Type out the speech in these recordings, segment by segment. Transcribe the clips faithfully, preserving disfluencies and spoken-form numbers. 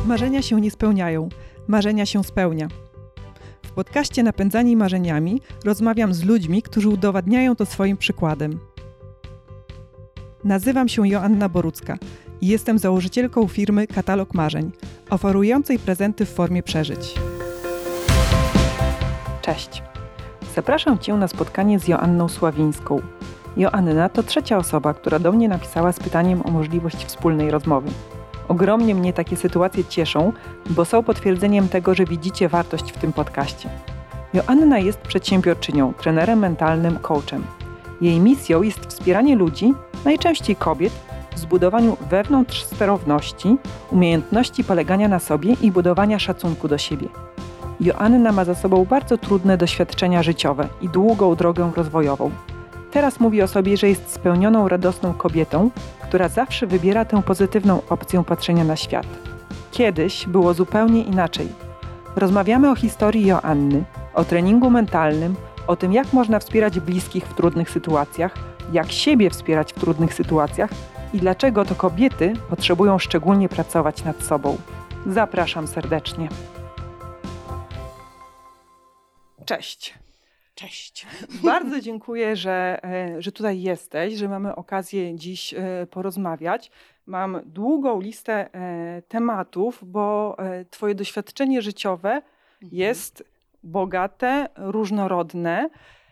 Marzenia się nie spełniają, marzenia się spełnia. W podcaście Napędzani marzeniami rozmawiam z ludźmi, którzy udowadniają to swoim przykładem. Nazywam się Joanna Borucka i jestem założycielką firmy Katalog Marzeń, oferującej prezenty w formie przeżyć. Cześć! Zapraszam Cię na spotkanie z Joanną Sławińską. Joanna to trzecia osoba, która do mnie napisała z pytaniem o możliwość wspólnej rozmowy. Ogromnie mnie takie sytuacje cieszą, bo są potwierdzeniem tego, że widzicie wartość w tym podcaście. Joanna jest przedsiębiorczynią, trenerem mentalnym, coachem. Jej misją jest wspieranie ludzi, najczęściej kobiet, w zbudowaniu wewnątrz sterowności, umiejętności polegania na sobie i budowania szacunku do siebie. Joanna ma za sobą bardzo trudne doświadczenia życiowe i długą drogę rozwojową. Teraz mówi o sobie, że jest spełnioną, radosną kobietą, która zawsze wybiera tę pozytywną opcję patrzenia na świat. Kiedyś było zupełnie inaczej. Rozmawiamy o historii Joanny, o treningu mentalnym, o tym, jak można wspierać bliskich w trudnych sytuacjach, jak siebie wspierać w trudnych sytuacjach i dlaczego to kobiety potrzebują szczególnie pracować nad sobą. Zapraszam serdecznie. Cześć. Cześć. Bardzo dziękuję, że, że tutaj jesteś, że mamy okazję dziś porozmawiać. Mam długą listę tematów, bo Twoje doświadczenie życiowe mhm. jest bogate, różnorodne.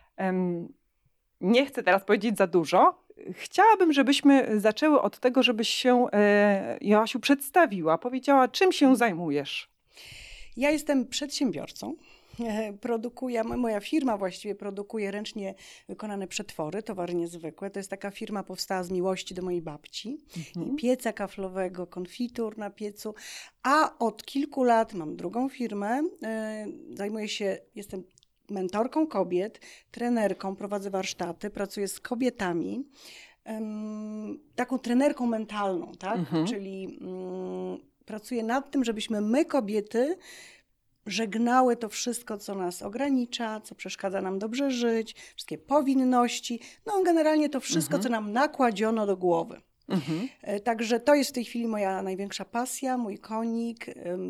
Nie chcę teraz powiedzieć za dużo. Chciałabym, żebyśmy zaczęły od tego, żebyś się, Joasiu, przedstawiła. Powiedziała, czym się zajmujesz. Ja jestem przedsiębiorcą. Produkuję, moja firma właściwie produkuje ręcznie wykonane przetwory, towary niezwykłe. To jest taka firma, powstała z miłości do mojej babci. Mhm. Pieca kaflowego, konfitur na piecu. A od kilku lat mam drugą firmę. Zajmuję się, jestem mentorką kobiet, trenerką, prowadzę warsztaty, pracuję z kobietami. Taką trenerką mentalną, tak? Mhm. Czyli um, pracuję nad tym, żebyśmy my kobiety żegnały to wszystko, co nas ogranicza, co przeszkadza nam dobrze żyć, wszystkie powinności, no generalnie to wszystko, mhm. co nam nakładziono do głowy. Mhm. Także to jest w tej chwili moja największa pasja, mój konik.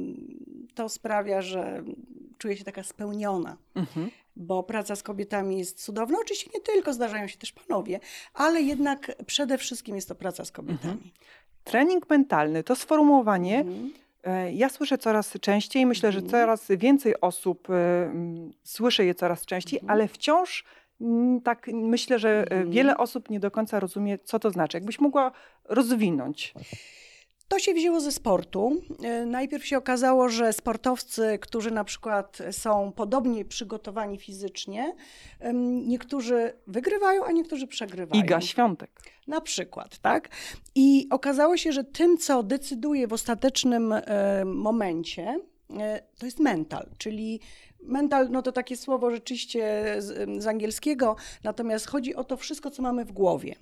To sprawia, że czuję się taka spełniona, mhm. bo praca z kobietami jest cudowna. Oczywiście nie tylko, zdarzają się też panowie, ale jednak przede wszystkim jest to praca z kobietami. Mhm. Trening mentalny, to sformułowanie mhm. ja słyszę coraz częściej, myślę, że coraz więcej osób y, słyszy je coraz częściej, mhm. ale wciąż y, tak myślę, że mhm. wiele osób nie do końca rozumie, co to znaczy. Jakbyś mogła rozwinąć. To się wzięło ze sportu. Najpierw się okazało, że sportowcy, którzy na przykład są podobnie przygotowani fizycznie, niektórzy wygrywają, a niektórzy przegrywają. Iga Świątek. Na przykład, tak? I okazało się, że tym, co decyduje w ostatecznym momencie, to jest mental, czyli mental, no to takie słowo rzeczywiście z, z angielskiego, natomiast chodzi o to wszystko, co mamy w głowie.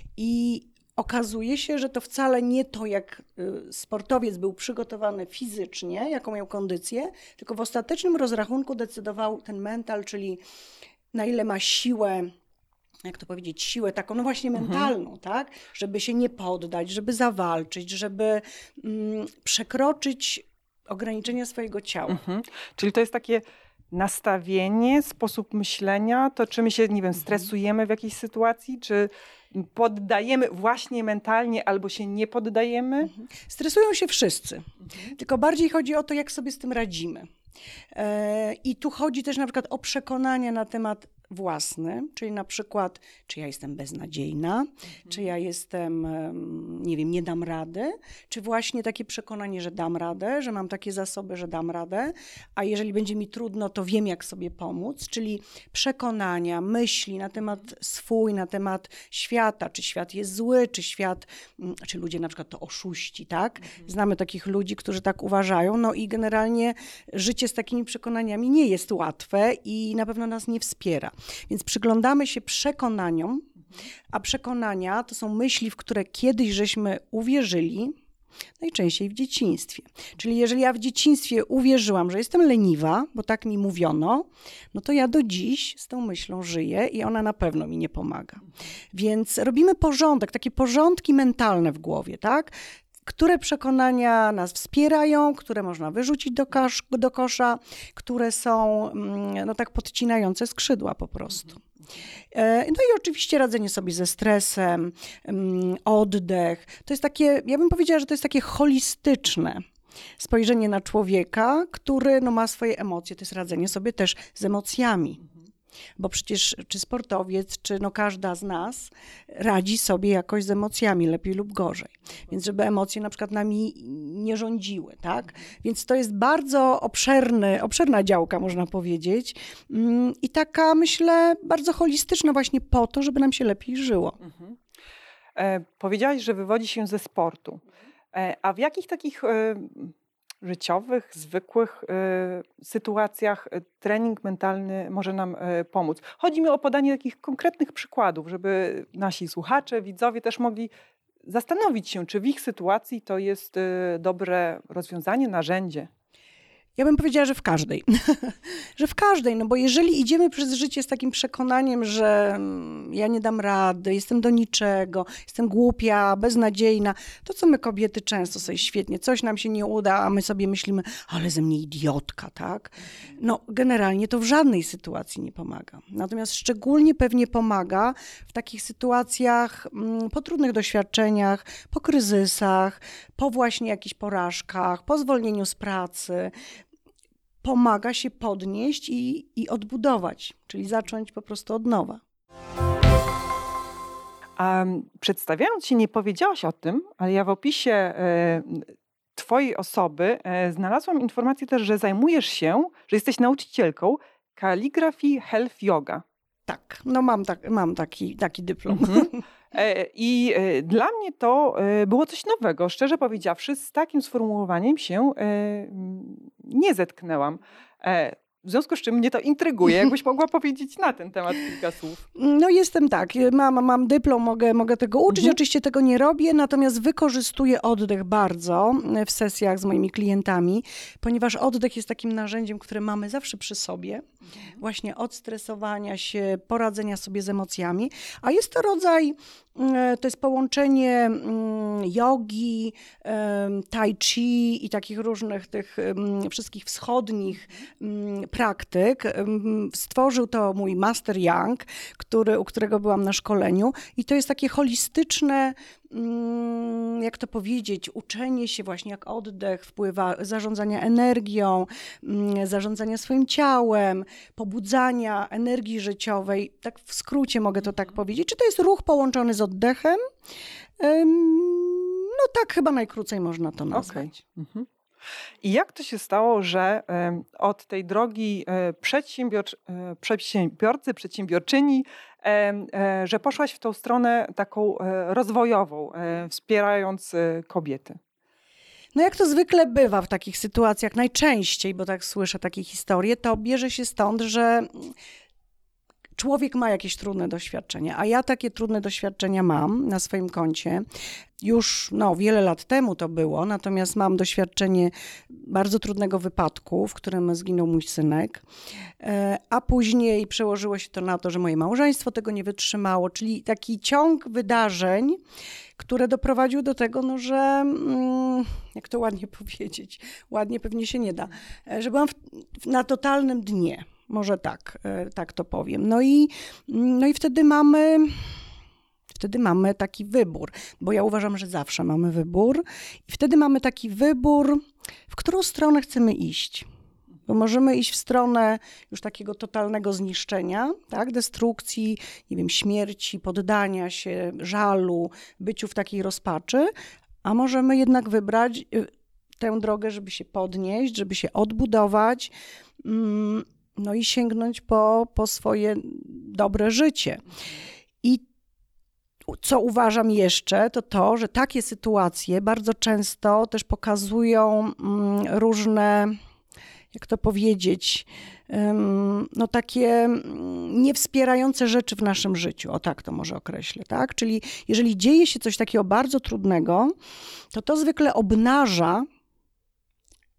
I okazuje się, że to wcale nie to, jak sportowiec był przygotowany fizycznie, jaką miał kondycję, tylko w ostatecznym rozrachunku decydował ten mental, czyli na ile ma siłę, jak to powiedzieć, siłę taką, no właśnie mentalną, mhm. tak? Żeby się nie poddać, żeby zawalczyć, żeby mm, przekroczyć ograniczenia swojego ciała. Mhm. Czyli to jest takie nastawienie, sposób myślenia, to czy my się, nie wiem, stresujemy w jakiejś sytuacji, czy poddajemy właśnie mentalnie albo się nie poddajemy? Mhm. Stresują się wszyscy, mhm. tylko bardziej chodzi o to, jak sobie z tym radzimy. E, I tu chodzi też na przykład o przekonania na temat własny, czyli na przykład, czy ja jestem beznadziejna, mhm. czy ja jestem, nie wiem, nie dam rady, czy właśnie takie przekonanie, że dam radę, że mam takie zasoby, że dam radę, a jeżeli będzie mi trudno, to wiem, jak sobie pomóc, czyli przekonania, myśli na temat swój, na temat świata, czy świat jest zły, czy świat, czy ludzie na przykład to oszuści, tak? Mhm. Znamy takich ludzi, którzy tak uważają, no i generalnie życie z takimi przekonaniami nie jest łatwe i na pewno nas nie wspiera. Więc przyglądamy się przekonaniom, a przekonania to są myśli, w które kiedyś żeśmy uwierzyli, najczęściej w dzieciństwie. Czyli jeżeli ja w dzieciństwie uwierzyłam, że jestem leniwa, bo tak mi mówiono, no to ja do dziś z tą myślą żyję i ona na pewno mi nie pomaga. Więc robimy porządek, takie porządki mentalne w głowie, tak? które przekonania nas wspierają, które można wyrzucić do, kosz, do kosza, które są no tak podcinające skrzydła po prostu. No i oczywiście radzenie sobie ze stresem, oddech. To jest takie, ja bym powiedziała, że to jest takie holistyczne spojrzenie na człowieka, który no, ma swoje emocje. To jest radzenie sobie też z emocjami. Bo przecież czy sportowiec, czy no każda z nas radzi sobie jakoś z emocjami, lepiej lub gorzej. Więc żeby emocje na przykład nami nie rządziły, tak? Więc to jest bardzo obszerny, obszerna działka, można powiedzieć. I taka, myślę, bardzo holistyczna właśnie po to, żeby nam się lepiej żyło. Mhm. E, powiedziałaś, że wywodzi się ze sportu. E, a w jakich takich e, życiowych, zwykłych y, sytuacjach y, trening mentalny może nam y, pomóc? Chodzi mi o podanie takich konkretnych przykładów, żeby nasi słuchacze, widzowie też mogli zastanowić się, czy w ich sytuacji to jest y, dobre rozwiązanie, narzędzie. Ja bym powiedziała, że w każdej. że w każdej, no bo jeżeli idziemy przez życie z takim przekonaniem, że ja nie dam rady, jestem do niczego, jestem głupia, beznadziejna, to co my kobiety często sobie świetnie, coś nam się nie uda, a my sobie myślimy, ale ze mnie idiotka, tak? No generalnie to w żadnej sytuacji nie pomaga. Natomiast szczególnie pewnie pomaga w takich sytuacjach, po trudnych doświadczeniach, po kryzysach, po właśnie jakichś porażkach, po zwolnieniu z pracy, pomaga się podnieść i, i odbudować, czyli zacząć po prostu od nowa. A przedstawiając się, nie powiedziałaś o tym, ale ja w opisie e, twojej osoby e, znalazłam informację też, że zajmujesz się, że jesteś nauczycielką kaligrafii health yoga. Tak, no mam, tak, mam taki, taki dyplom. Mhm. I dla mnie to było coś nowego. Szczerze powiedziawszy, z takim sformułowaniem się nie zetknęłam. W związku z czym mnie to intryguje. Jakbyś mogła powiedzieć na ten temat kilka słów? No jestem tak, mam, mam dyplom, mogę, mogę tego uczyć. Mhm. Oczywiście tego nie robię, natomiast wykorzystuję oddech bardzo w sesjach z moimi klientami, ponieważ oddech jest takim narzędziem, które mamy zawsze przy sobie. Mhm. Właśnie od stresowania się, poradzenia sobie z emocjami. A jest to rodzaj, to jest połączenie jogi, tai chi i takich różnych tych wszystkich wschodnich praktyk. Stworzył to mój master Yang, który, u którego byłam na szkoleniu i to jest takie holistyczne, jak to powiedzieć, uczenie się właśnie jak oddech wpływa, zarządzania energią, zarządzania swoim ciałem, pobudzania energii życiowej. Tak w skrócie mogę to tak powiedzieć. Czy to jest ruch połączony z oddechem? No tak chyba najkrócej można to nazwać. Okay. Mhm. I jak to się stało, że od tej drogi przedsiębior... przedsiębiorcy, przedsiębiorczyni, że poszłaś w tą stronę taką rozwojową, wspierając kobiety? No jak to zwykle bywa w takich sytuacjach, najczęściej, bo tak słyszę takie historie, to bierze się stąd, że człowiek ma jakieś trudne doświadczenia, a ja takie trudne doświadczenia mam na swoim koncie. Już no, wiele lat temu to było, natomiast mam doświadczenie bardzo trudnego wypadku, w którym zginął mój synek, a później przełożyło się to na to, że moje małżeństwo tego nie wytrzymało, czyli taki ciąg wydarzeń, które doprowadził do tego, no, że, jak to ładnie powiedzieć, ładnie pewnie się nie da, że byłam w, na totalnym dnie. Może tak, tak to powiem. No i, no i wtedy mamy, wtedy mamy taki wybór, bo ja uważam, że zawsze mamy wybór i wtedy mamy taki wybór, w którą stronę chcemy iść. Bo możemy iść w stronę już takiego totalnego zniszczenia, tak, destrukcji, nie wiem, śmierci, poddania się, żalu, byciu w takiej rozpaczy, a możemy jednak wybrać tę drogę, żeby się podnieść, żeby się odbudować, mm, no i sięgnąć po, po swoje dobre życie. I co uważam jeszcze, to to, że takie sytuacje bardzo często też pokazują mm, różne, jak to powiedzieć, um, no takie niewspierające rzeczy w naszym życiu. O tak to może określę, tak? Czyli jeżeli dzieje się coś takiego bardzo trudnego, to to zwykle obnaża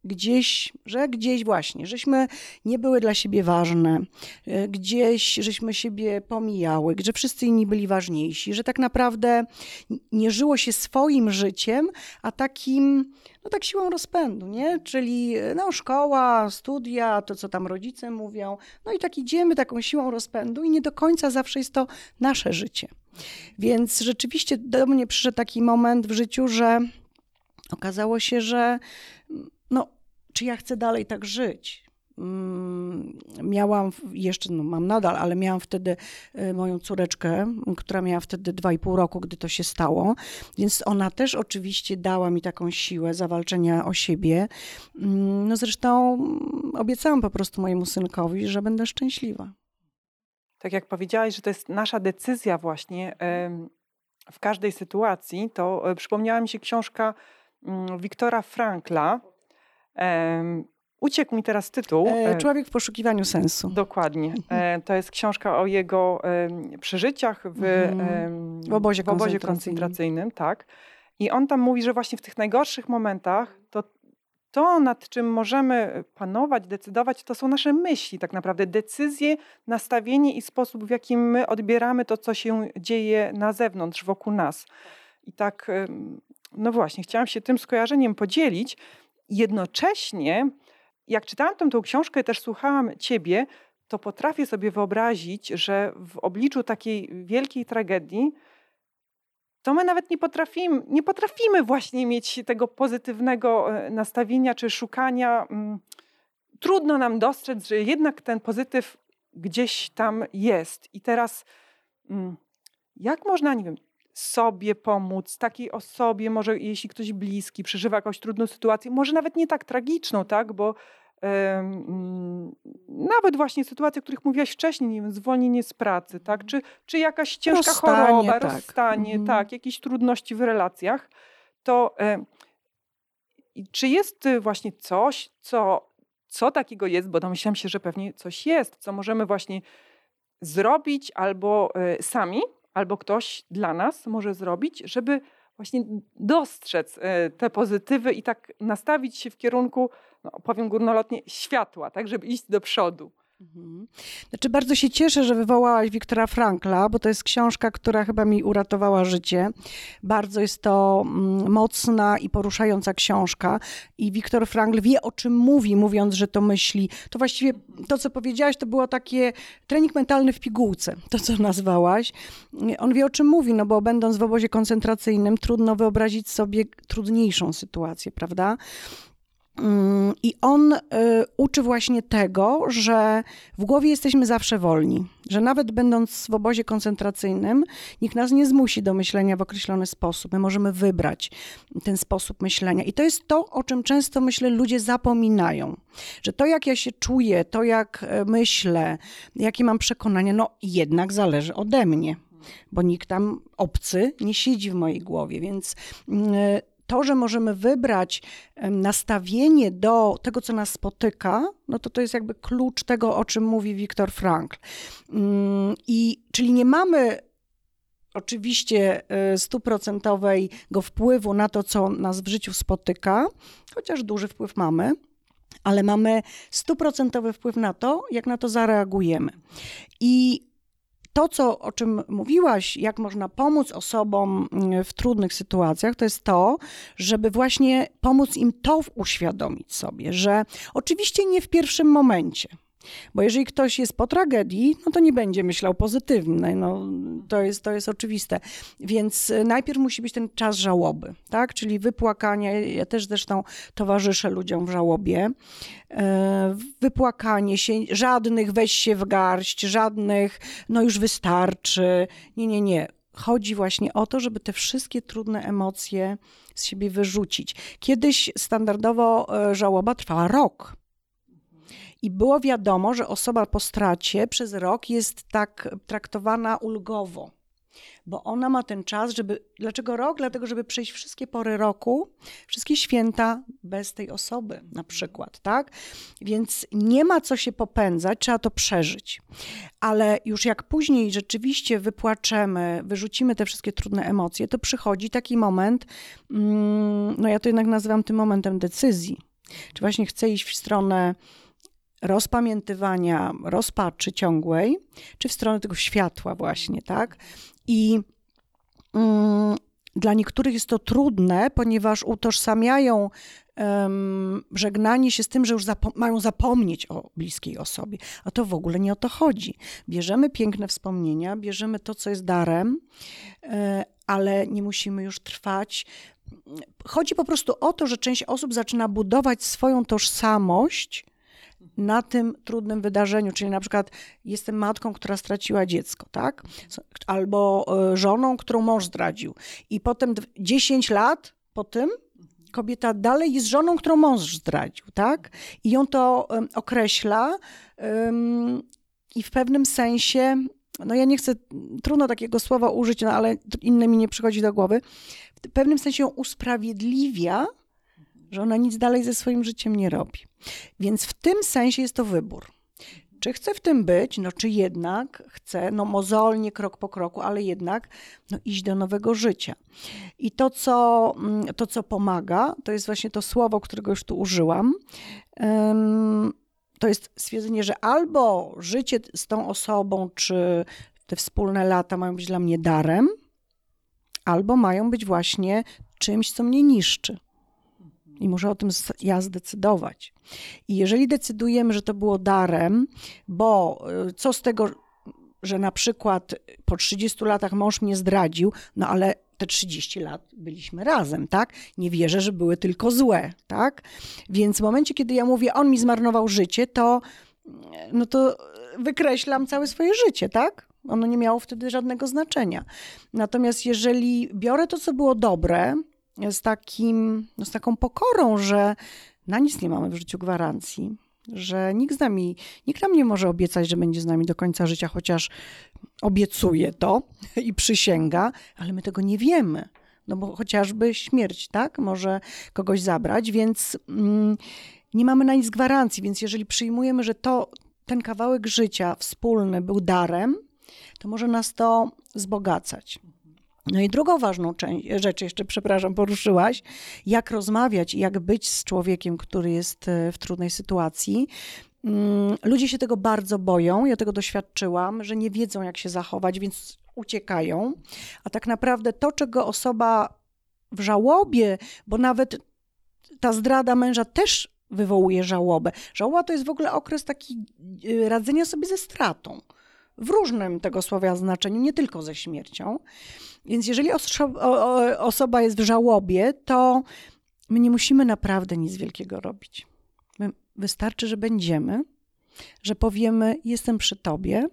gdzieś, że gdzieś właśnie, żeśmy nie były dla siebie ważne, gdzieś żeśmy siebie pomijały, że wszyscy inni byli ważniejsi, że tak naprawdę nie żyło się swoim życiem, a takim, no tak siłą rozpędu, nie? Czyli no szkoła, studia, to co tam rodzice mówią, no i tak idziemy taką siłą rozpędu i nie do końca zawsze jest to nasze życie. Więc rzeczywiście do mnie przyszedł taki moment w życiu, że okazało się, że no, czy ja chcę dalej tak żyć? Miałam jeszcze, no mam nadal, ale miałam wtedy moją córeczkę, która miała wtedy dwa i pół roku, gdy to się stało, więc ona też oczywiście dała mi taką siłę zawalczenia o siebie. No zresztą obiecałam po prostu mojemu synkowi, że będę szczęśliwa. Tak jak powiedziałaś, że to jest nasza decyzja właśnie w każdej sytuacji, to przypomniała mi się książka Wiktora Frankla. Uciekł mi teraz tytuł. Człowiek w poszukiwaniu sensu. Dokładnie. To jest książka o jego przeżyciach w, mhm. w obozie, w obozie koncentracyjnym. koncentracyjnym. Tak. I on tam mówi, że właśnie w tych najgorszych momentach to, to, nad czym możemy panować, decydować, to są nasze myśli tak naprawdę. Decyzje, nastawienie i sposób, w jakim my odbieramy to, co się dzieje na zewnątrz, wokół nas. I tak, no właśnie, chciałam się tym skojarzeniem podzielić. Jednocześnie, jak czytałam tą, tą książkę i też słuchałam ciebie, to potrafię sobie wyobrazić, że w obliczu takiej wielkiej tragedii to my nawet nie potrafimy, nie potrafimy właśnie mieć tego pozytywnego nastawienia czy szukania. Trudno nam dostrzec, że jednak ten pozytyw gdzieś tam jest. I teraz jak można, nie wiem, sobie pomóc, takiej osobie, może jeśli ktoś bliski przeżywa jakąś trudną sytuację, może nawet nie tak tragiczną, tak, bo um, nawet właśnie sytuacje, o których mówiłaś wcześniej, nie wiem, zwolnienie z pracy, tak, czy, czy jakaś ciężka rozstanie, choroba, tak. rozstanie, mhm. tak, jakieś trudności w relacjach, to um, czy jest właśnie coś, co, co takiego jest, bo domyślam się, że pewnie coś jest, co możemy właśnie zrobić albo y, sami, albo ktoś dla nas może zrobić, żeby właśnie dostrzec te pozytywy i tak nastawić się w kierunku, no powiem górnolotnie, światła, tak, żeby iść do przodu. Mhm. Znaczy bardzo się cieszę, że wywołałaś Wiktora Frankla, bo to jest książka, która chyba mi uratowała życie. Bardzo jest to mocna i poruszająca książka i Wiktor Frankl wie, o czym mówi, mówiąc, że to myśli. To właściwie to, co powiedziałaś, to było takie trening mentalny w pigułce, to co nazwałaś. On wie, o czym mówi, no bo będąc w obozie koncentracyjnym trudno wyobrazić sobie trudniejszą sytuację, prawda? I on y, uczy właśnie tego, że w głowie jesteśmy zawsze wolni, że nawet będąc w obozie koncentracyjnym, nikt nas nie zmusi do myślenia w określony sposób. My możemy wybrać ten sposób myślenia. I to jest to, o czym często, myślę, ludzie zapominają. Że to, jak ja się czuję, to, jak myślę, jakie mam przekonania, no jednak zależy ode mnie, bo nikt tam obcy nie siedzi w mojej głowie, więc y, to, że możemy wybrać nastawienie do tego, co nas spotyka, no to to jest jakby klucz tego, o czym mówi Wiktor Frankl. I czyli nie mamy oczywiście stuprocentowego wpływu na to, co nas w życiu spotyka, chociaż duży wpływ mamy, ale mamy stuprocentowy wpływ na to, jak na to zareagujemy. I to, co, o czym mówiłaś, jak można pomóc osobom w trudnych sytuacjach, to jest to, żeby właśnie pomóc im to uświadomić sobie, że oczywiście nie w pierwszym momencie, bo jeżeli ktoś jest po tragedii, no to nie będzie myślał pozytywnie, no to jest, to jest oczywiste. Więc najpierw musi być ten czas żałoby, tak? Czyli wypłakania, ja też zresztą towarzyszę ludziom w żałobie, wypłakanie się, żadnych weź się w garść, żadnych no już wystarczy, nie, nie, nie. Chodzi właśnie o to, żeby te wszystkie trudne emocje z siebie wyrzucić. Kiedyś standardowo żałoba trwała rok. I było wiadomo, że osoba po stracie przez rok jest tak traktowana ulgowo, bo ona ma ten czas, żeby... Dlaczego rok? Dlatego, żeby przejść wszystkie pory roku, wszystkie święta bez tej osoby na przykład, tak? Więc nie ma co się popędzać, trzeba to przeżyć. Ale już jak później rzeczywiście wypłaczemy, wyrzucimy te wszystkie trudne emocje, to przychodzi taki moment, no ja to jednak nazywam tym momentem decyzji. Czy właśnie chcę iść w stronę rozpamiętywania, rozpaczy ciągłej, czy w stronę tego światła właśnie, tak? I mm, dla niektórych jest to trudne, ponieważ utożsamiają um, żegnanie się z tym, że już zapo- mają zapomnieć o bliskiej osobie. A to w ogóle nie o to chodzi. Bierzemy piękne wspomnienia, bierzemy to, co jest darem, e, ale nie musimy już trwać. Chodzi po prostu o to, że część osób zaczyna budować swoją tożsamość na tym trudnym wydarzeniu, czyli na przykład jestem matką, która straciła dziecko, tak? Albo żoną, którą mąż zdradził. I potem dziesięć lat po tym kobieta dalej jest żoną, którą mąż zdradził, tak? I ją to um, określa um, i w pewnym sensie, no ja nie chcę, trudno takiego słowa użyć, no ale inne mi nie przychodzi do głowy, w pewnym sensie ją usprawiedliwia, że ona nic dalej ze swoim życiem nie robi. Więc w tym sensie jest to wybór. Czy chcę w tym być, no czy jednak chcę, no mozolnie, krok po kroku, ale jednak no, iść do nowego życia. I to co, to, co pomaga, to jest właśnie to słowo, którego już tu użyłam. Um, to jest stwierdzenie, że albo życie z tą osobą, czy te wspólne lata mają być dla mnie darem, albo mają być właśnie czymś, co mnie niszczy. I muszę o tym ja zdecydować. I jeżeli decydujemy, że to było darem, bo co z tego, że na przykład po trzydziestu latach mąż mnie zdradził, no ale te trzydzieści lat byliśmy razem, tak? Nie wierzę, że były tylko złe, tak? Więc w momencie, kiedy ja mówię, on mi zmarnował życie, to, no to wykreślam całe swoje życie, tak? Ono nie miało wtedy żadnego znaczenia. Natomiast jeżeli biorę to, co było dobre, z, takim, no z taką pokorą, że na nic nie mamy w życiu gwarancji, że nikt z nami, nikt nam nie może obiecać, że będzie z nami do końca życia, chociaż obiecuje to i przysięga, ale my tego nie wiemy, no bo chociażby śmierć, tak, może kogoś zabrać, więc mm, nie mamy na nic gwarancji, więc jeżeli przyjmujemy, że to, ten kawałek życia wspólny był darem, to może nas to wzbogacać. No i drugą ważną część, rzecz jeszcze, przepraszam, poruszyłaś, jak rozmawiać i jak być z człowiekiem, który jest w trudnej sytuacji. Ludzie się tego bardzo boją, ja tego doświadczyłam, że nie wiedzą, jak się zachować, więc uciekają. A tak naprawdę to, czego osoba w żałobie, bo nawet ta zdrada męża też wywołuje żałobę. Żałoba to jest w ogóle okres taki radzenia sobie ze stratą. W różnym tego słowa znaczeniu, nie tylko ze śmiercią. Więc jeżeli oso- o, osoba jest w żałobie, to my nie musimy naprawdę nic wielkiego robić. My, wystarczy, że będziemy, że powiemy, jestem przy tobie,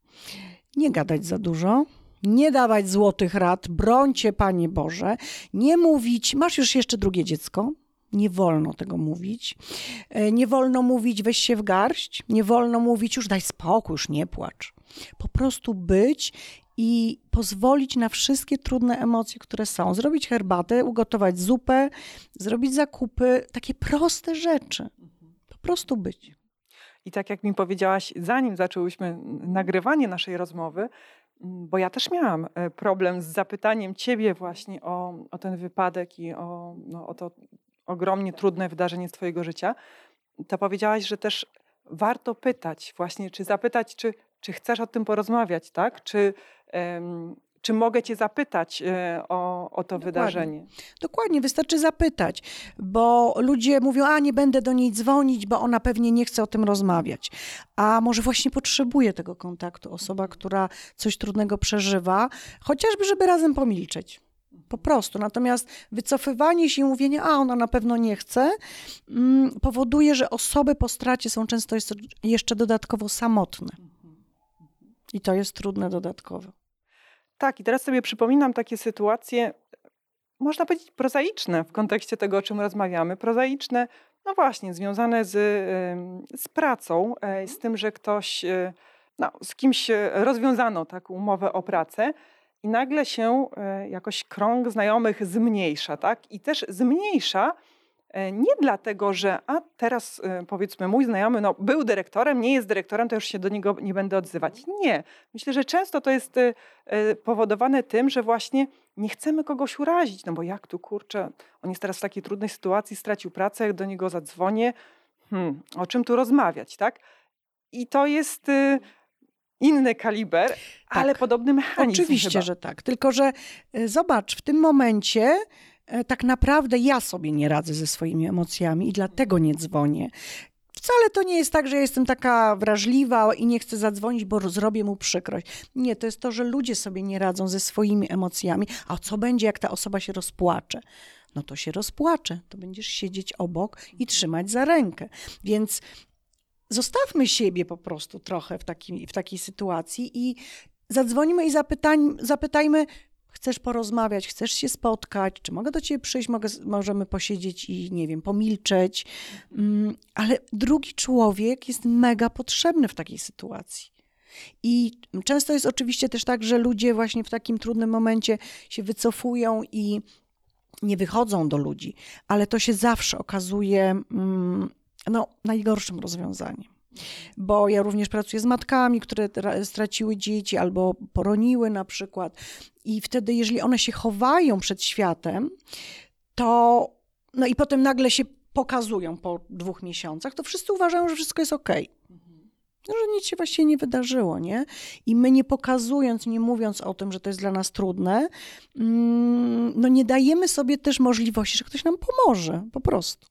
nie gadać za dużo, nie dawać złotych rad, brońcie Panie Boże, nie mówić, masz już jeszcze drugie dziecko, nie wolno tego mówić, nie wolno mówić, weź się w garść, nie wolno mówić, już daj spokój, już nie płacz. Po prostu być i pozwolić na wszystkie trudne emocje, które są. Zrobić herbatę, ugotować zupę, zrobić zakupy, takie proste rzeczy. Po prostu być. I tak jak mi powiedziałaś, zanim zaczęłyśmy nagrywanie naszej rozmowy, bo ja też miałam problem z zapytaniem ciebie właśnie o, o ten wypadek i o, no, o to ogromnie trudne wydarzenie z twojego życia, to powiedziałaś, że też warto pytać właśnie, czy zapytać, czy, czy chcesz o tym porozmawiać, tak? Czy, um, czy mogę cię zapytać e, o, o to Dokładnie. wydarzenie? Dokładnie, wystarczy zapytać, bo ludzie mówią, a nie będę do niej dzwonić, bo ona pewnie nie chce o tym rozmawiać. A może właśnie potrzebuje tego kontaktu osoba, która coś trudnego przeżywa, chociażby, żeby razem pomilczeć. Po prostu. Natomiast wycofywanie się i mówienie, a ona na pewno nie chce, mm, powoduje, że osoby po stracie są często jeszcze dodatkowo samotne. I to jest trudne dodatkowo. Tak, i teraz sobie przypominam takie sytuacje, można powiedzieć prozaiczne w kontekście tego, o czym rozmawiamy. Prozaiczne, no właśnie, związane z, z pracą, z tym, że ktoś, no, z kimś rozwiązano taką umowę o pracę, i nagle się jakoś krąg znajomych zmniejsza, tak? I też zmniejsza nie dlatego, że a teraz powiedzmy mój znajomy no, był dyrektorem, nie jest dyrektorem, to już się do niego nie będę odzywać. Nie. Myślę, że często to jest powodowane tym, że właśnie nie chcemy kogoś urazić, no bo jak tu, kurczę, on jest teraz w takiej trudnej sytuacji, stracił pracę, jak do niego zadzwonię, hmm, o czym tu rozmawiać, tak? I to jest y, inny kaliber, tak, ale podobny mechanizm. Oczywiście, chyba. że tak. Tylko, że y, zobacz, w tym momencie y, tak naprawdę ja sobie nie radzę ze swoimi emocjami i dlatego nie dzwonię. Wcale to nie jest tak, że jestem taka wrażliwa i nie chcę zadzwonić, bo zrobię mu przykrość. Nie, to jest to, że ludzie sobie nie radzą ze swoimi emocjami. A co będzie, jak ta osoba się rozpłacze? No to się rozpłacze. To będziesz siedzieć obok i trzymać za rękę. Więc zostawmy siebie po prostu trochę w, takim, w takiej sytuacji i zadzwonimy i zapytań, zapytajmy, chcesz porozmawiać, chcesz się spotkać, czy mogę do ciebie przyjść, mogę, możemy posiedzieć i nie wiem, pomilczeć. Um, ale drugi człowiek jest mega potrzebny w takiej sytuacji. I często jest oczywiście też tak, że ludzie właśnie w takim trudnym momencie się wycofują i nie wychodzą do ludzi, ale to się zawsze okazuje um, no, najgorszym rozwiązaniem. Bo ja również pracuję z matkami, które straciły dzieci albo poroniły na przykład. I wtedy, jeżeli one się chowają przed światem, to no i potem nagle się pokazują po dwóch miesiącach, to wszyscy uważają, że wszystko jest okej. No, że nic się właściwie nie wydarzyło, nie? I my nie pokazując, nie mówiąc o tym, że to jest dla nas trudne, no nie dajemy sobie też możliwości, że ktoś nam pomoże, po prostu.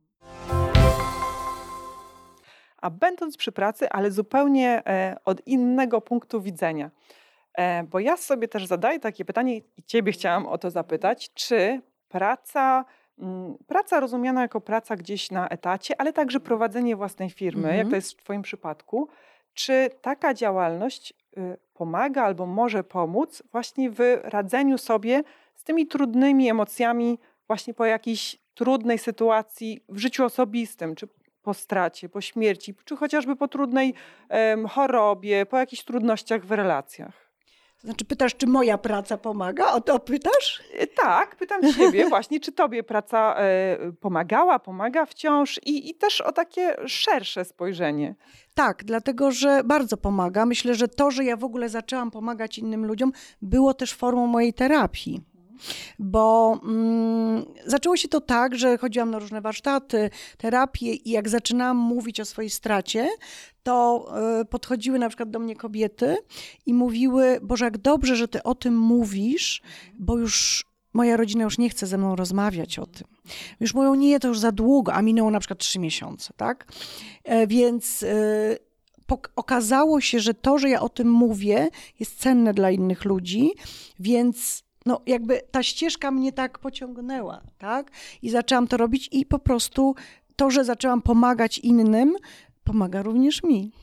A będąc przy pracy, ale zupełnie e, od innego punktu widzenia. E, bo ja sobie też zadaję takie pytanie i ciebie chciałam o to zapytać, czy praca, m, praca rozumiana jako praca gdzieś na etacie, ale także prowadzenie własnej firmy, Mhm. jak to jest w twoim przypadku, czy taka działalność y, pomaga albo może pomóc właśnie w radzeniu sobie z tymi trudnymi emocjami właśnie po jakiejś trudnej sytuacji w życiu osobistym, czy po stracie, po śmierci, czy chociażby po trudnej em, chorobie, po jakichś trudnościach w relacjach. Znaczy pytasz, czy moja praca pomaga? O to pytasz? E, Tak, pytam ciebie właśnie, czy tobie praca e, pomagała, pomaga wciąż i, i też o takie szersze spojrzenie. Tak, dlatego, że bardzo pomaga. Myślę, że to, że ja w ogóle zaczęłam pomagać innym ludziom, było też formą mojej terapii. Bo mm, zaczęło się to tak, że chodziłam na różne warsztaty, terapie i jak zaczynałam mówić o swojej stracie, to y, podchodziły na przykład do mnie kobiety i mówiły, Boże, jak dobrze, że ty o tym mówisz, bo już moja rodzina już nie chce ze mną rozmawiać o tym. Już mówią, nie, to już za długo, a minęło na przykład trzy miesiące, tak? E, więc... Y, okazało się, że to, że ja o tym mówię, jest cenne dla innych ludzi, więc no jakby ta ścieżka mnie tak pociągnęła, tak? I zaczęłam to robić i po prostu to, że zaczęłam pomagać innym, pomaga również mi.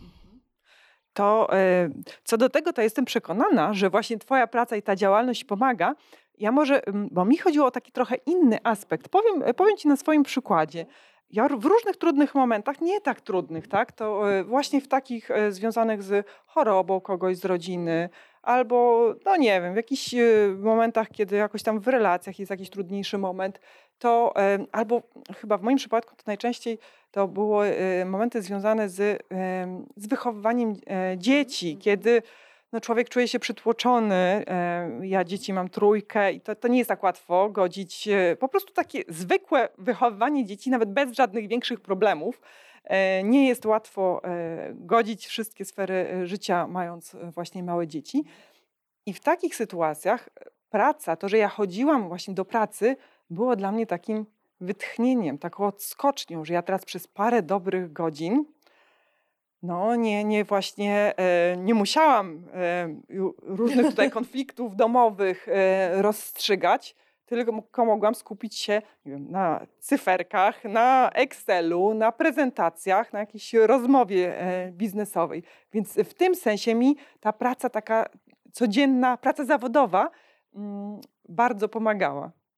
To e, co do tego, to jestem przekonana, że właśnie twoja praca i ta działalność pomaga. Ja może, m, bo mi chodziło o taki trochę inny aspekt. Powiem, powiem ci na swoim przykładzie. Ja w różnych trudnych momentach, nie tak trudnych, tak, to e, właśnie w takich e, związanych z chorobą kogoś z rodziny, albo, no nie wiem, w jakichś e, momentach, kiedy jakoś tam w relacjach jest jakiś trudniejszy moment, to e, albo chyba w moim przypadku to najczęściej to były e, momenty związane z, e, z wychowywaniem e, dzieci, kiedy no, człowiek czuje się przytłoczony. E, ja dzieci mam trójkę i to, to nie jest tak łatwo godzić e, po prostu takie zwykłe wychowywanie dzieci, nawet bez żadnych większych problemów. E, nie jest łatwo e, godzić wszystkie sfery e, życia, mając e, właśnie małe dzieci. I w takich sytuacjach praca, to, że ja chodziłam właśnie do pracy, było dla mnie takim wytchnieniem, taką odskocznią, że ja teraz przez parę dobrych godzin no nie, nie właśnie e, nie musiałam e, ju- różnych tutaj konfliktów domowych e, rozstrzygać, tylko mogłam skupić się nie wiem, na cyferkach, na Excelu, na prezentacjach, na jakiejś rozmowie e, biznesowej. Więc w tym sensie mi ta praca taka codzienna, praca zawodowa mm, bardzo pomagała.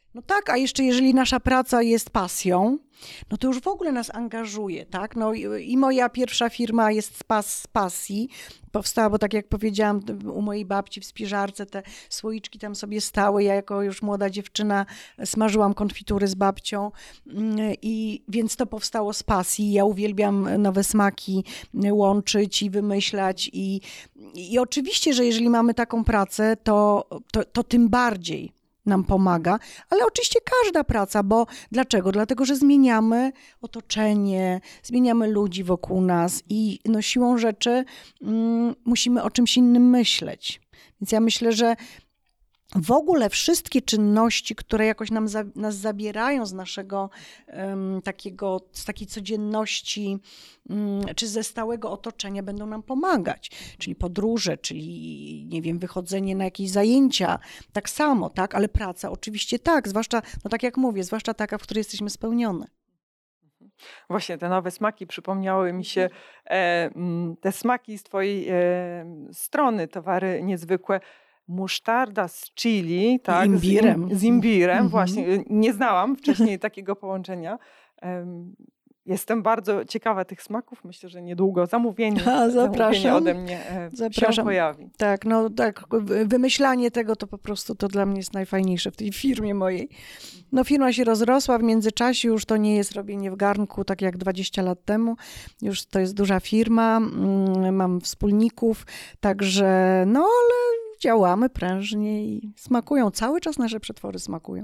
No tak, a jeszcze jeżeli nasza praca jest pasją, no to już w ogóle nas angażuje, tak? No i, i moja pierwsza firma jest z, pas, z pasji. Powstała, bo tak jak powiedziałam, u mojej babci w spiżarce te słoiczki tam sobie stały. Ja jako już młoda dziewczyna smażyłam konfitury z babcią i więc to powstało z pasji. Ja uwielbiam nowe smaki łączyć i wymyślać i, i oczywiście, że jeżeli mamy taką pracę, to, to, to tym bardziej nam pomaga, ale oczywiście każda praca, bo dlaczego? Dlatego, że zmieniamy otoczenie, zmieniamy ludzi wokół nas i no, siłą rzeczy mm, musimy o czymś innym myśleć. Więc ja myślę, że w ogóle wszystkie czynności, które jakoś nam za, nas zabierają z naszego um, takiego, z takiej codzienności um, czy ze stałego otoczenia będą nam pomagać. Czyli podróże, czyli nie wiem, wychodzenie na jakieś zajęcia, tak samo, tak, ale praca oczywiście tak, zwłaszcza, no tak jak mówię, zwłaszcza taka, w której jesteśmy spełnione. Właśnie te nowe smaki przypomniały mi się, e, te smaki z twojej e, strony, towary niezwykłe. Musztarda z chili, tak? Imbirem. Z, im, z imbirem, Mhm. właśnie. Nie znałam wcześniej takiego połączenia. Um, jestem bardzo ciekawa tych smaków. Myślę, że niedługo zamówienie, A, zamówienie ode mnie e, zapraszam. się pojawi. Tak, no tak, wymyślanie tego to po prostu to dla mnie jest najfajniejsze w tej firmie mojej. No firma się rozrosła w międzyczasie, już to nie jest robienie w garnku tak jak dwadzieścia lat temu. Już to jest duża firma, mam wspólników, także no ale działamy prężnie i smakują. Cały czas nasze przetwory smakują.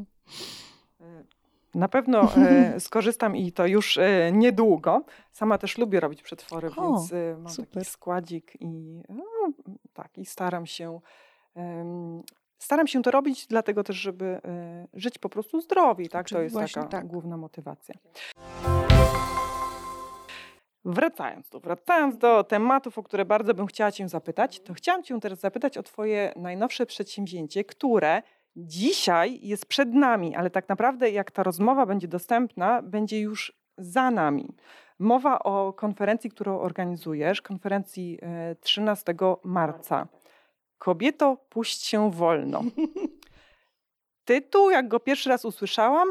Na pewno e, skorzystam i to już e, niedługo. Sama też lubię robić przetwory, O, więc e, mam super. taki składzik i no, tak, i staram się um, staram się to robić, dlatego też, żeby e, żyć po prostu zdrowiej, tak? To jest Właśnie taka tak. główna motywacja. Wracając do, wracając do tematów, o które bardzo bym chciała cię zapytać, to chciałam cię teraz zapytać o twoje najnowsze przedsięwzięcie, które dzisiaj jest przed nami, ale tak naprawdę jak ta rozmowa będzie dostępna, będzie już za nami. Mowa o konferencji, którą organizujesz, konferencji trzynastego marca. Kobieto, puść się wolno. Tytuł, jak go pierwszy raz usłyszałam,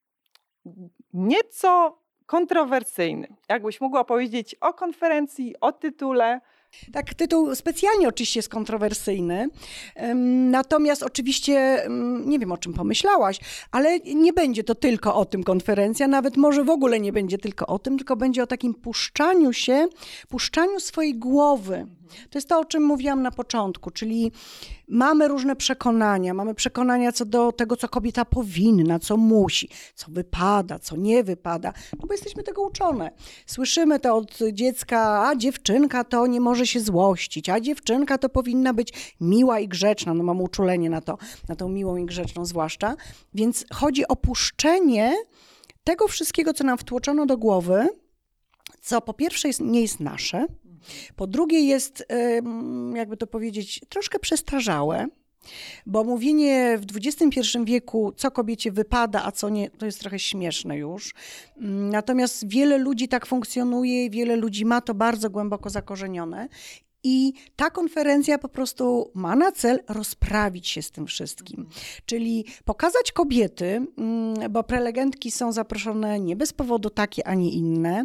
nieco kontrowersyjny. Jakbyś mogła powiedzieć o konferencji, o tytule? Tak, tytuł specjalnie oczywiście jest kontrowersyjny, natomiast oczywiście nie wiem, o czym pomyślałaś, ale nie będzie to tylko o tym konferencja, nawet może w ogóle nie będzie tylko o tym, tylko będzie o takim puszczaniu się, puszczaniu swojej głowy. To jest to, o czym mówiłam na początku, czyli mamy różne przekonania, mamy przekonania co do tego, co kobieta powinna, co musi, co wypada, co nie wypada, no bo jesteśmy tego uczone. Słyszymy to od dziecka, a dziewczynka to nie może się złościć, a dziewczynka to powinna być miła i grzeczna, no mam uczulenie na to, na tą miłą i grzeczną zwłaszcza, więc chodzi o puszczenie tego wszystkiego, co nam wtłoczono do głowy, co po pierwsze jest, nie jest nasze, po drugie jest, jakby to powiedzieć, troszkę przestarzałe, bo mówienie w dwudziestym pierwszym wieku, co kobiecie wypada, a co nie, to jest trochę śmieszne już. Natomiast wiele ludzi tak funkcjonuje, wiele ludzi ma to bardzo głęboko zakorzenione. I ta konferencja po prostu ma na cel rozprawić się z tym wszystkim. Czyli pokazać kobiety, bo prelegentki są zaproszone nie bez powodu takie, a nie inne.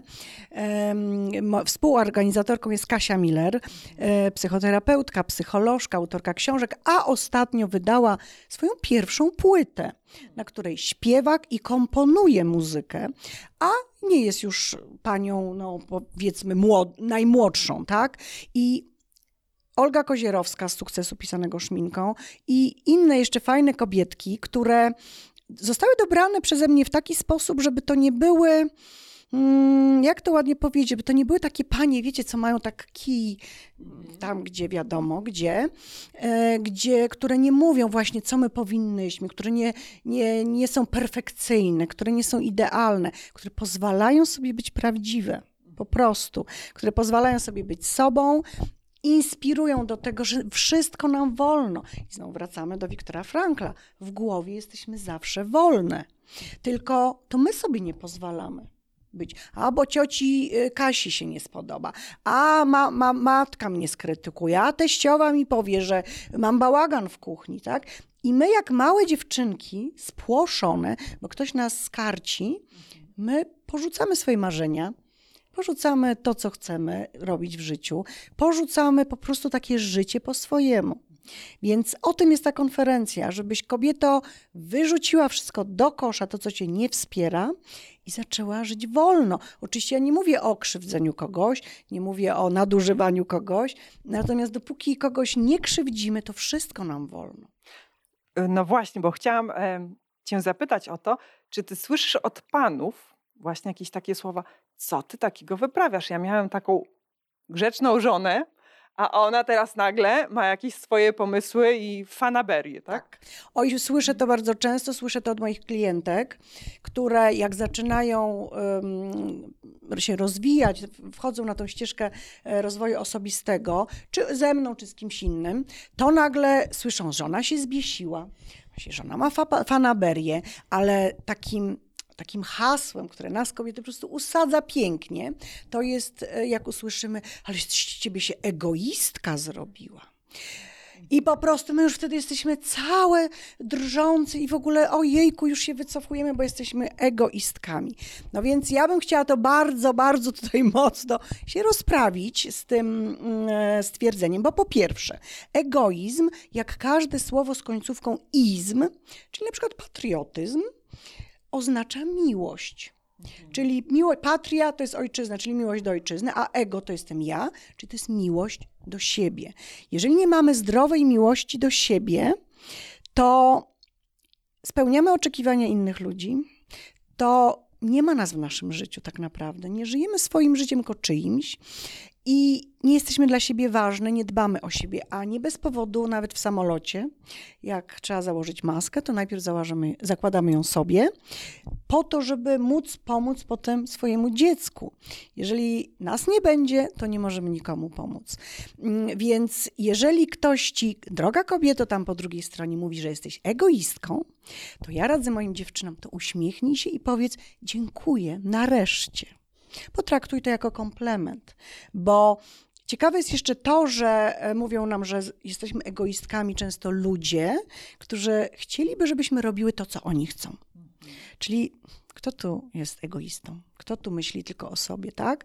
Współorganizatorką jest Kasia Miller, psychoterapeutka, psycholożka, autorka książek, a ostatnio wydała swoją pierwszą płytę, na której śpiewa i komponuje muzykę, a nie jest już panią, no powiedzmy, młod- najmłodszą, tak? I Olga Kozierowska z Sukcesu pisanego szminką i inne jeszcze fajne kobietki, które zostały dobrane przeze mnie w taki sposób, żeby to nie były, jak to ładnie powiedzieć, żeby to nie były takie panie, wiecie, co mają tak kij tam, gdzie wiadomo, gdzie, gdzie, które nie mówią właśnie, co my powinnyśmy, które nie, nie, nie są perfekcyjne, które nie są idealne, które pozwalają sobie być prawdziwe, po prostu, które pozwalają sobie być sobą, inspirują do tego, że wszystko nam wolno. I znowu wracamy do Wiktora Frankla. W głowie jesteśmy zawsze wolne. Tylko to my sobie nie pozwalamy być. A bo cioci Kasi się nie spodoba. A ma, ma, matka mnie skrytykuje. A teściowa mi powie, że mam bałagan w kuchni. Tak? I my jak małe dziewczynki, spłoszone, bo ktoś nas skarci, my porzucamy swoje marzenia, porzucamy to, co chcemy robić w życiu, porzucamy po prostu takie życie po swojemu. Więc o tym jest ta konferencja, żebyś kobieto wyrzuciła wszystko do kosza, to co cię nie wspiera i zaczęła żyć wolno. Oczywiście ja nie mówię o krzywdzeniu kogoś, nie mówię o nadużywaniu kogoś, natomiast dopóki kogoś nie krzywdzimy, to wszystko nam wolno. No właśnie, bo chciałam e, cię zapytać o to, czy ty słyszysz od panów właśnie jakieś takie słowa, co ty takiego wyprawiasz? Ja miałem taką grzeczną żonę, a ona teraz nagle ma jakieś swoje pomysły i fanaberię, tak? Tak. Oj, słyszę to bardzo często, słyszę to od moich klientek, które jak zaczynają um, się rozwijać, wchodzą na tą ścieżkę rozwoju osobistego, czy ze mną, czy z kimś innym, to nagle słyszą, że ona się zbiesiła, że ona ma fa- fanaberię, ale takim Takim hasłem, które nas kobiety po prostu usadza pięknie, to jest, jak usłyszymy, ale z ciebie się egoistka zrobiła. I po prostu my już wtedy jesteśmy całe drżące i w ogóle ojejku, już się wycofujemy, bo jesteśmy egoistkami. No więc ja bym chciała to bardzo, bardzo tutaj mocno się rozprawić z tym e, stwierdzeniem, bo po pierwsze, egoizm, jak każde słowo z końcówką izm, czyli na przykład patriotyzm, oznacza miłość. Mhm. Czyli miło, patria to jest ojczyzna, czyli miłość do ojczyzny, a ego to jestem ja, czyli to jest miłość do siebie. Jeżeli nie mamy zdrowej miłości do siebie, to spełniamy oczekiwania innych ludzi, to nie ma nas w naszym życiu tak naprawdę. Nie żyjemy swoim życiem, tylko czyimś i nie jesteśmy dla siebie ważne, nie dbamy o siebie, a nie bez powodu nawet w samolocie, jak trzeba założyć maskę, to najpierw założymy, zakładamy ją sobie, po to, żeby móc pomóc potem swojemu dziecku. Jeżeli nas nie będzie, to nie możemy nikomu pomóc. Więc jeżeli ktoś ci, droga kobieto, tam po drugiej stronie mówi, że jesteś egoistką, to ja radzę moim dziewczynom, to uśmiechnij się i powiedz dziękuję, nareszcie. Potraktuj to jako komplement, bo ciekawe jest jeszcze to, że mówią nam, że jesteśmy egoistkami często ludzie, którzy chcieliby, żebyśmy robiły to, co oni chcą. Czyli kto tu jest egoistą? Kto tu myśli tylko o sobie, tak?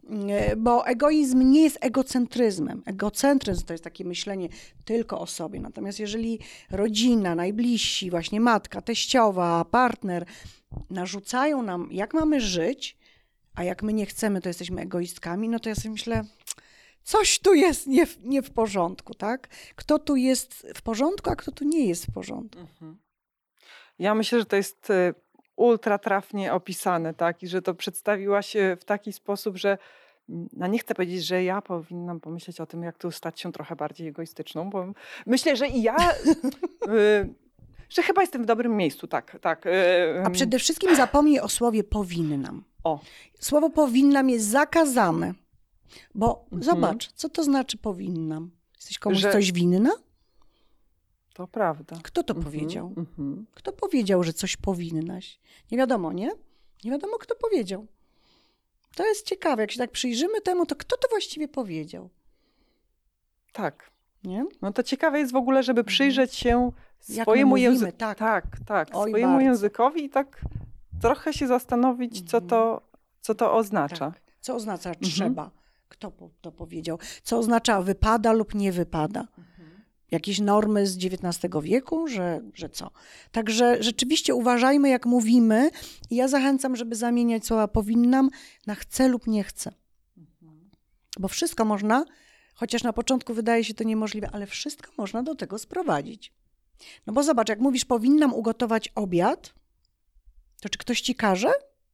Bo egoizm nie jest egocentryzmem. Egocentryzm to jest takie myślenie tylko o sobie. Natomiast jeżeli rodzina, najbliżsi, właśnie matka, teściowa, partner narzucają nam, jak mamy żyć, a jak my nie chcemy, to jesteśmy egoistkami, no to ja sobie myślę, coś tu jest nie w, nie w porządku, tak? Kto tu jest w porządku, a kto tu nie jest w porządku. Mhm. Ja myślę, że to jest ultra trafnie opisane, tak? I że to przedstawiłaś w taki sposób, że no nie chcę powiedzieć, że ja powinnam pomyśleć o tym, jak tu stać się trochę bardziej egoistyczną, bo myślę, że i ja... y- że chyba jestem w dobrym miejscu, tak. tak. A przede wszystkim zapomnij o słowie powinnam. O. Słowo powinnam jest zakazane, bo mhm. zobacz, co to znaczy powinnam? Jesteś komuś że... coś winna? To prawda. Kto to mhm. powiedział? Mhm. Kto powiedział, że coś powinnaś? Nie wiadomo, nie? Nie wiadomo, kto powiedział. To jest ciekawe, jak się tak przyjrzymy temu, to kto to właściwie powiedział? Tak. Nie? No to ciekawe jest w ogóle, żeby przyjrzeć się swojemu językowi. Tak, tak, tak swojemu bardzo. językowi i tak trochę się zastanowić, mhm. co, to, co to oznacza. Tak. Co oznacza trzeba? Mhm. Kto to powiedział? Co oznacza wypada lub nie wypada? Mhm. Jakieś normy z dziewiętnastego wieku, że, że co? Także rzeczywiście uważajmy, jak mówimy i ja zachęcam, żeby zamieniać słowa powinnam na chcę lub nie chcę. Mhm. Bo wszystko można, chociaż na początku wydaje się to niemożliwe, ale wszystko można do tego sprowadzić. No bo zobacz, jak mówisz powinnam ugotować obiad, to czy ktoś ci każe?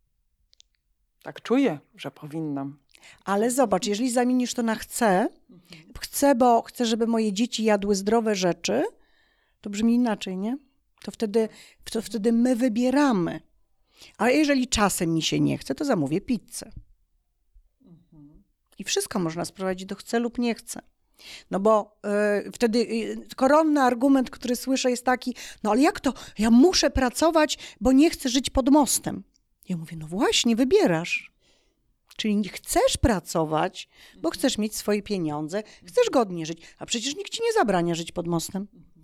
Tak czuję, że powinnam. Ale zobacz, jeżeli zamienisz to na chcę, chcę, bo chcę, żeby moje dzieci jadły zdrowe rzeczy, to brzmi inaczej, nie? To wtedy, to wtedy my wybieramy. A jeżeli czasem mi się nie chce, to zamówię pizzę. I wszystko można sprowadzić do chcę lub nie chcę. No bo y, wtedy y, koronny argument, który słyszę jest taki, no ale jak to? Ja muszę pracować, bo nie chcę żyć pod mostem. Ja mówię, no właśnie, wybierasz. Czyli chcesz pracować, bo chcesz mieć swoje pieniądze, chcesz godnie żyć, a przecież nikt ci nie zabrania żyć pod mostem.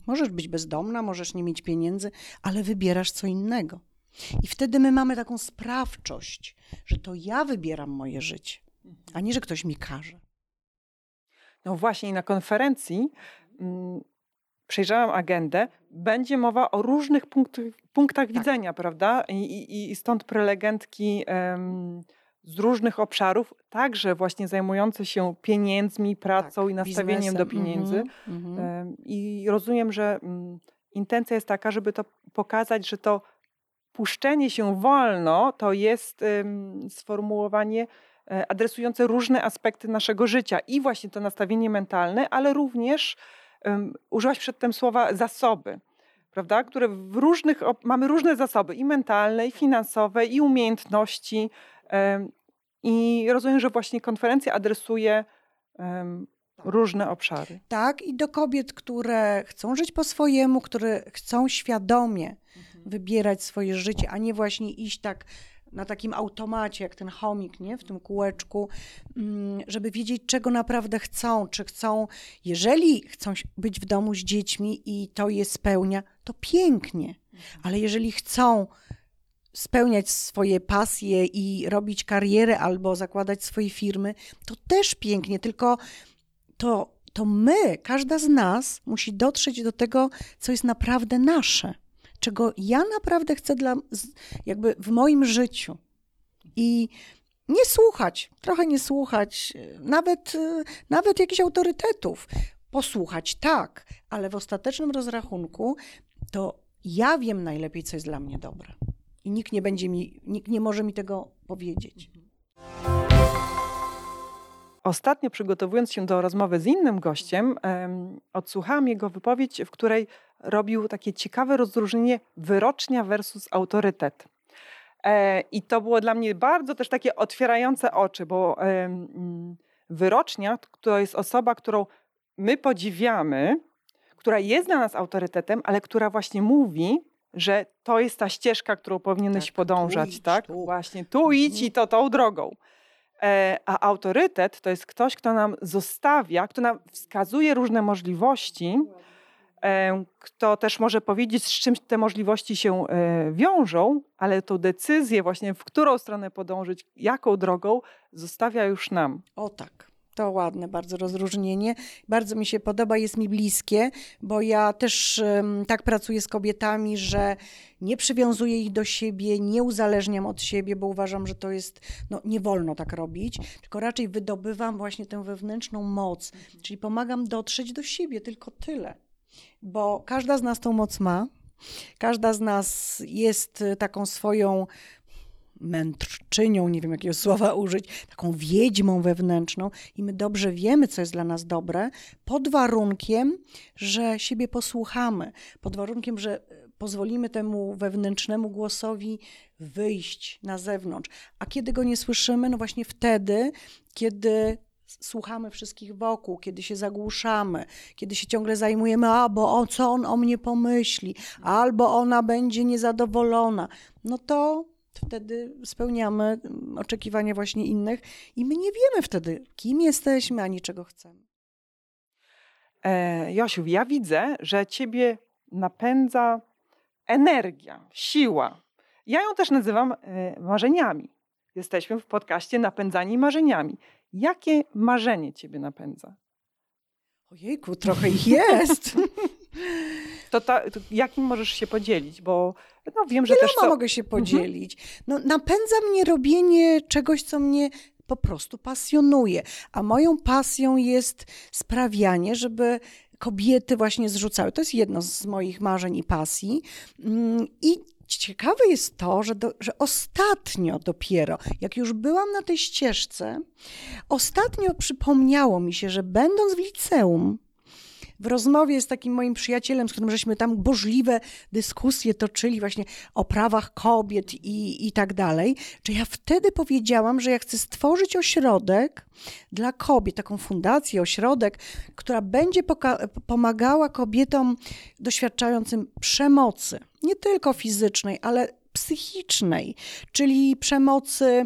Możesz być bezdomna, możesz nie mieć pieniędzy, ale wybierasz co innego. I wtedy my mamy taką sprawczość, że to ja wybieram moje życie, a nie, że ktoś mi każe. No właśnie, na konferencji mm, przejrzałam agendę, będzie mowa o różnych punktach, punktach tak. widzenia, prawda? I, i, i stąd prelegentki em, z różnych obszarów, także właśnie zajmujące się pieniędzmi, pracą tak, i nastawieniem biznesem. do pieniędzy. Mm-hmm. em, I rozumiem, że mm, intencja jest taka, żeby to pokazać, że to puszczenie się wolno to jest em, sformułowanie adresujące różne aspekty naszego życia i właśnie to nastawienie mentalne, ale również um, użyłaś przedtem słowa zasoby, prawda? Które w różnych, mamy różne zasoby i mentalne, i finansowe, i umiejętności um, i rozumiem, że właśnie konferencja adresuje um, różne obszary. Tak, i do kobiet, które chcą żyć po swojemu, które chcą świadomie mhm. wybierać swoje życie, a nie właśnie iść tak na takim automacie, jak ten chomik, nie? W tym kółeczku, żeby wiedzieć, czego naprawdę chcą, czy chcą, jeżeli chcą być w domu z dziećmi i to je spełnia, to pięknie, ale jeżeli chcą spełniać swoje pasje i robić karierę albo zakładać swoje firmy, to też pięknie, tylko to, to my, każda z nas musi dotrzeć do tego, co jest naprawdę nasze. Czego ja naprawdę chcę dla, jakby w moim życiu. I nie słuchać, trochę nie słuchać, nawet, nawet jakichś autorytetów. Posłuchać, tak, ale w ostatecznym rozrachunku to ja wiem najlepiej, co jest dla mnie dobre. I nikt nie będzie mi, nikt nie może mi tego powiedzieć. Ostatnio przygotowując się do rozmowy z innym gościem, um, odsłuchałam jego wypowiedź, w której robił takie ciekawe rozróżnienie wyrocznia versus autorytet. E, I to było dla mnie bardzo też takie otwierające oczy, bo e, wyrocznia to jest osoba, którą my podziwiamy, która jest dla nas autorytetem, ale która właśnie mówi, że to jest ta ścieżka, którą powinieneś tak, podążać. Tu idź, tak? Tu. Właśnie tu idź i to tą drogą. A autorytet to jest ktoś, kto nam zostawia, kto nam wskazuje różne możliwości, kto też może powiedzieć, z czym te możliwości się wiążą, ale tą decyzję właśnie, w którą stronę podążyć, jaką drogą, zostawia już nam. O tak. To ładne bardzo rozróżnienie. Bardzo mi się podoba, jest mi bliskie, bo ja też um, tak pracuję z kobietami, że nie przywiązuję ich do siebie, nie uzależniam od siebie, bo uważam, że to jest, no nie wolno tak robić, tylko raczej wydobywam właśnie tę wewnętrzną moc, czyli pomagam dotrzeć do siebie, tylko tyle. Bo każda z nas tą moc ma, każda z nas jest taką swoją mędrczynią, nie wiem jakiego słowa użyć, taką wiedźmą wewnętrzną i my dobrze wiemy, co jest dla nas dobre, pod warunkiem, że siebie posłuchamy, pod warunkiem, że pozwolimy temu wewnętrznemu głosowi wyjść na zewnątrz. A kiedy go nie słyszymy? No właśnie wtedy, kiedy słuchamy wszystkich wokół, kiedy się zagłuszamy, kiedy się ciągle zajmujemy, a bo o co on o mnie pomyśli, albo ona będzie niezadowolona, no to wtedy spełniamy oczekiwania właśnie innych i my nie wiemy wtedy, kim jesteśmy, ani czego chcemy. E, Josiu, ja widzę, że ciebie napędza energia, siła. Ja ją też nazywam e, marzeniami. Jesteśmy w podcaście Napędzani marzeniami. Jakie marzenie ciebie napędza? Ojejku, trochę ich jest. To, ta, to jakim możesz się podzielić? Bo no, wiem, że Wieloma też są... mogę się podzielić. No, napędza mnie robienie czegoś, co mnie po prostu pasjonuje. A moją pasją jest sprawianie, żeby kobiety właśnie zrzucały. To jest jedno z moich marzeń i pasji. I ciekawe jest to, że, do, że ostatnio dopiero, jak już byłam na tej ścieżce, ostatnio przypomniało mi się, że będąc w liceum, w rozmowie z takim moim przyjacielem, z którym żeśmy tam burzliwe dyskusje toczyli właśnie o prawach kobiet i, i tak dalej, że ja wtedy powiedziałam, że ja chcę stworzyć ośrodek dla kobiet, taką fundację, ośrodek, która będzie poka- pomagała kobietom doświadczającym przemocy, nie tylko fizycznej, ale psychicznej, czyli przemocy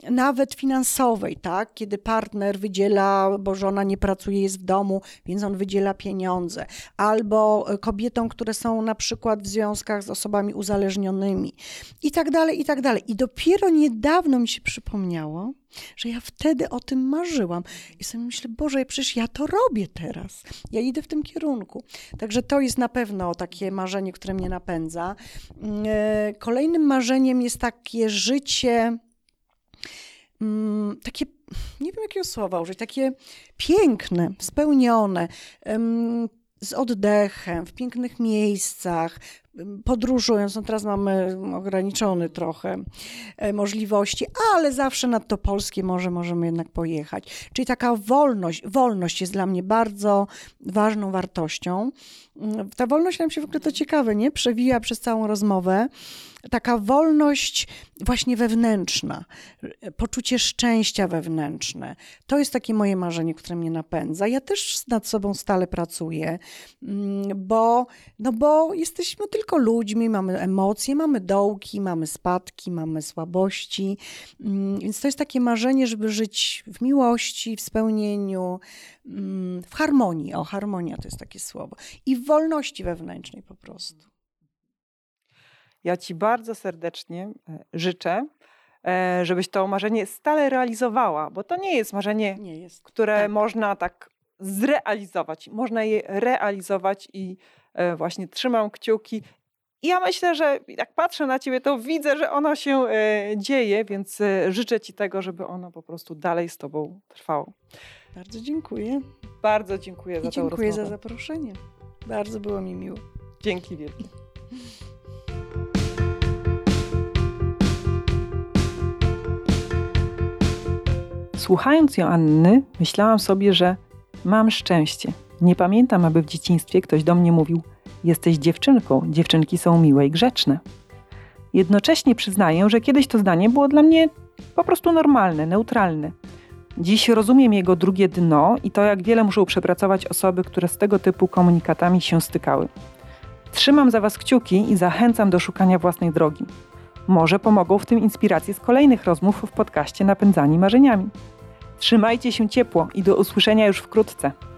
nawet finansowej, tak? Kiedy partner wydziela, bo żona nie pracuje, jest w domu, więc on wydziela pieniądze. Albo kobietom, które są na przykład w związkach z osobami uzależnionymi i tak dalej, i tak dalej. I dopiero niedawno mi się przypomniało, że ja wtedy o tym marzyłam. I sobie myślę, Boże, przecież ja to robię teraz. Ja idę w tym kierunku. Także to jest na pewno takie marzenie, które mnie napędza. Kolejnym marzeniem jest takie życie, takie, nie wiem jakiego słowa użyć, takie piękne, spełnione, z oddechem, w pięknych miejscach, podróżując. No teraz mamy ograniczone trochę możliwości, ale zawsze nad to polskie morze możemy jednak pojechać. Czyli taka wolność, wolność jest dla mnie bardzo ważną wartością. Ta wolność nam się w ogóle, to ciekawe, nie? Przewija przez całą rozmowę. Taka wolność właśnie wewnętrzna, poczucie szczęścia wewnętrzne. To jest takie moje marzenie, które mnie napędza. Ja też nad sobą stale pracuję, bo, no bo jesteśmy tylko ludźmi, mamy emocje, mamy dołki, mamy spadki, mamy słabości. Więc to jest takie marzenie, żeby żyć w miłości, w spełnieniu, w harmonii. O, harmonia to jest takie słowo. I w wolności wewnętrznej po prostu. Ja Ci bardzo serdecznie życzę, żebyś to marzenie stale realizowała, bo to nie jest marzenie, nie jest. które tak. można tak zrealizować. Można je realizować i właśnie trzymam kciuki. I ja myślę, że jak patrzę na Ciebie, to widzę, że ono się dzieje, więc życzę Ci tego, żeby ono po prostu dalej z Tobą trwało. Bardzo dziękuję. Bardzo dziękuję za I dziękuję rozmowę. za zaproszenie. Bardzo było mi miło. Dzięki wielkie. Słuchając Joanny, myślałam sobie, że mam szczęście. Nie pamiętam, aby w dzieciństwie ktoś do mnie mówił: jesteś dziewczynką, dziewczynki są miłe i grzeczne. Jednocześnie przyznaję, że kiedyś to zdanie było dla mnie po prostu normalne, neutralne. Dziś rozumiem jego drugie dno i to, jak wiele muszą przepracować osoby, które z tego typu komunikatami się stykały. Trzymam za Was kciuki i zachęcam do szukania własnej drogi. Może pomogą w tym inspiracje z kolejnych rozmów w podcaście Napędzani Marzeniami. Trzymajcie się ciepło i do usłyszenia już wkrótce.